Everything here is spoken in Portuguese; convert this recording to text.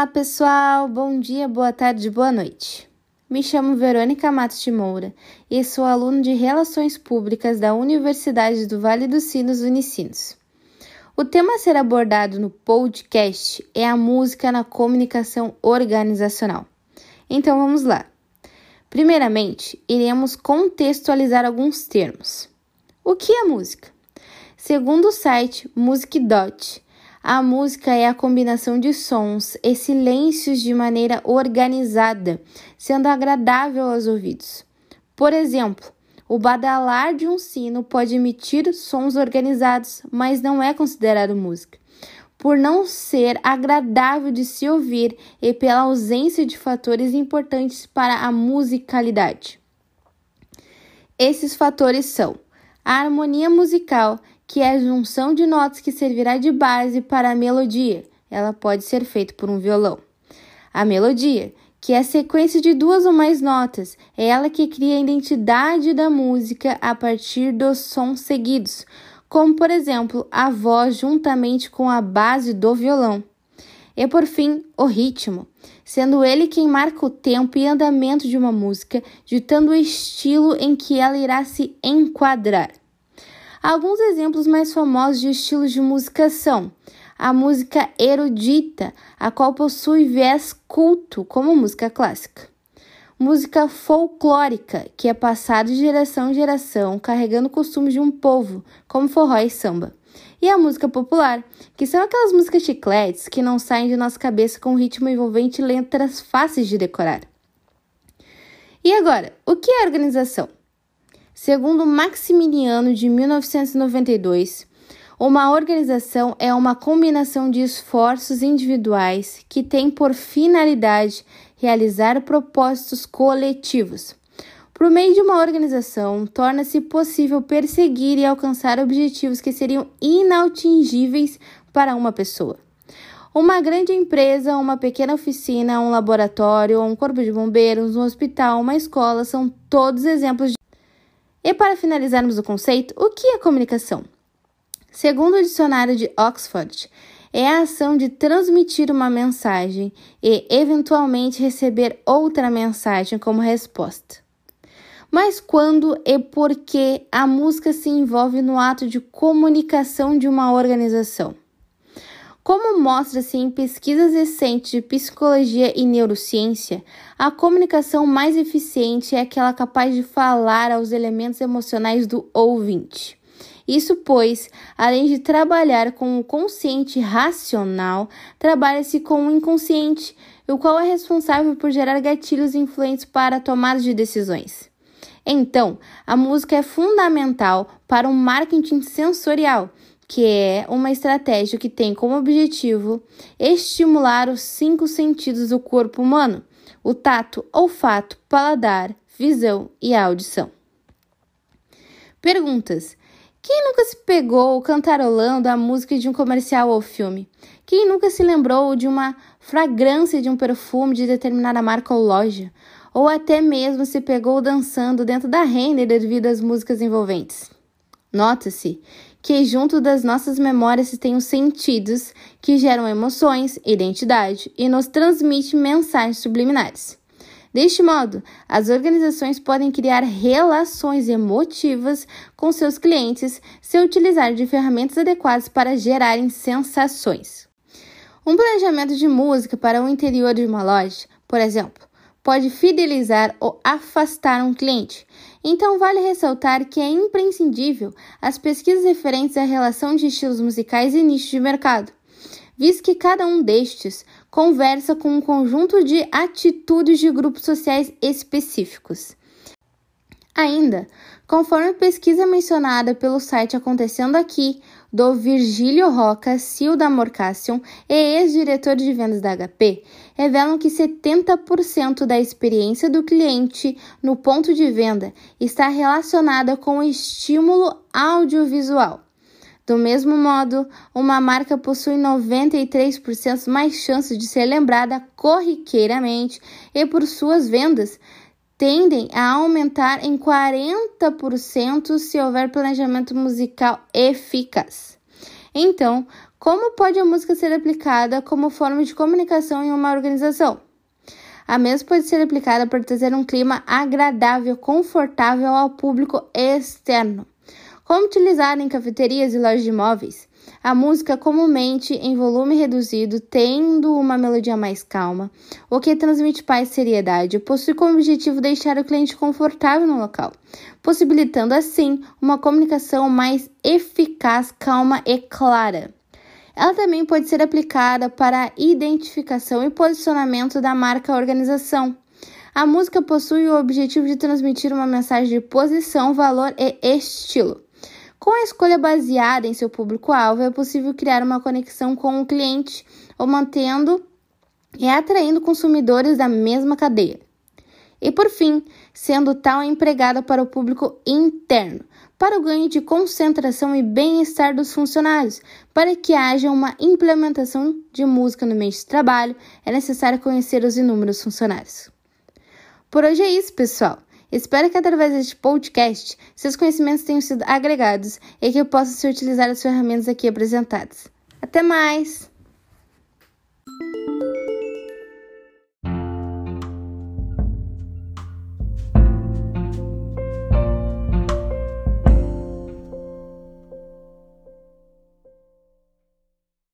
Olá pessoal, bom dia, boa tarde, boa noite. Me chamo Verônica Matos de Moura e sou aluna de Relações Públicas da Universidade do Vale dos Sinos, Unicinos. O tema a ser abordado no podcast é a música na comunicação organizacional. Então vamos lá. Primeiramente, iremos contextualizar alguns termos. O que é música? Segundo o site Music.ly, a música é a combinação de sons e silêncios de maneira organizada, sendo agradável aos ouvidos. Por exemplo, o badalar de um sino pode emitir sons organizados, mas não é considerado música, por não ser agradável de se ouvir e pela ausência de fatores importantes para a musicalidade. Esses fatores são a harmonia musical, que é a junção de notas que servirá de base para a melodia. Ela pode ser feita por um violão. A melodia, que é a sequência de duas ou mais notas, é ela que cria a identidade da música a partir dos sons seguidos, como, por exemplo, a voz juntamente com a base do violão. E, por fim, o ritmo, sendo ele quem marca o tempo e andamento de uma música, ditando o estilo em que ela irá se enquadrar. Alguns exemplos mais famosos de estilos de música são a música erudita, a qual possui viés culto, como música clássica. Música folclórica, que é passada de geração em geração, carregando costumes de um povo, como forró e samba. E a música popular, que são aquelas músicas chicletes que não saem de nossa cabeça com ritmo envolvente e letras fáceis de decorar. E agora, o que é organização? Segundo Maximiliano, de 1992, uma organização é uma combinação de esforços individuais que tem por finalidade realizar propósitos coletivos. Por meio de uma organização, torna-se possível perseguir e alcançar objetivos que seriam inatingíveis para uma pessoa. Uma grande empresa, uma pequena oficina, um laboratório, um corpo de bombeiros, um hospital, uma escola, são todos exemplos de... E para finalizarmos o conceito, o que é comunicação? Segundo o dicionário de Oxford, é a ação de transmitir uma mensagem e, eventualmente, receber outra mensagem como resposta. Mas quando e por que a música se envolve no ato de comunicação de uma organização? Como mostra-se em pesquisas recentes de psicologia e neurociência, a comunicação mais eficiente é aquela capaz de falar aos elementos emocionais do ouvinte. Isso pois, além de trabalhar com o consciente racional, trabalha-se com o inconsciente, o qual é responsável por gerar gatilhos influentes para a tomada de decisões. Então, a música é fundamental para o marketing sensorial, que é uma estratégia que tem como objetivo estimular os 5 sentidos do corpo humano: o tato, olfato, paladar, visão e a audição. Perguntas. Quem nunca se pegou cantarolando a música de um comercial ou filme? Quem nunca se lembrou de uma fragrância de um perfume de determinada marca ou loja? Ou até mesmo se pegou dançando dentro da renda devido às músicas envolventes? Nota-se que junto das nossas memórias se tem os sentidos que geram emoções, identidade e nos transmitem mensagens subliminares. Deste modo, as organizações podem criar relações emotivas com seus clientes se utilizar de ferramentas adequadas para gerarem sensações. Um planejamento de música para o interior de uma loja, por exemplo, pode fidelizar ou afastar um cliente. Então, vale ressaltar que é imprescindível as pesquisas referentes à relação de estilos musicais e nichos de mercado, visto que cada um destes conversa com um conjunto de atitudes de grupos sociais específicos. Ainda, conforme a pesquisa mencionada pelo site Acontecendo Aqui, do Virgílio Roca, CEO da Morcation e ex-diretor de vendas da HP, revelam que 70% da experiência do cliente no ponto de venda está relacionada com o estímulo audiovisual. Do mesmo modo, uma marca possui 93% mais chances de ser lembrada corriqueiramente e por suas vendas tendem a aumentar em 40% se houver planejamento musical eficaz. Então, Como pode a música ser aplicada como forma de comunicação em uma organização? A mesma pode ser aplicada para trazer um clima agradável, confortável ao público externo. Como utilizar em cafeterias e lojas de imóveis? A música comumente em volume reduzido, tendo uma melodia mais calma, o que transmite paz e seriedade, possui como objetivo deixar o cliente confortável no local, possibilitando assim uma comunicação mais eficaz, calma e clara. Ela também pode ser aplicada para a identificação e posicionamento da marca ou organização. A música possui o objetivo de transmitir uma mensagem de posição, valor e estilo. Com a escolha baseada em seu público-alvo, é possível criar uma conexão com o cliente, ou mantendo e atraindo consumidores da mesma cadeia. E por fim, sendo tal empregada para o público interno, para o ganho de concentração e bem-estar dos funcionários. Para que haja uma implementação de música no meio de trabalho, é necessário conhecer os inúmeros funcionários. Por hoje é isso, pessoal. Espero que através deste podcast, seus conhecimentos tenham sido agregados e que possam ser utilizadas as ferramentas aqui apresentadas. Até mais!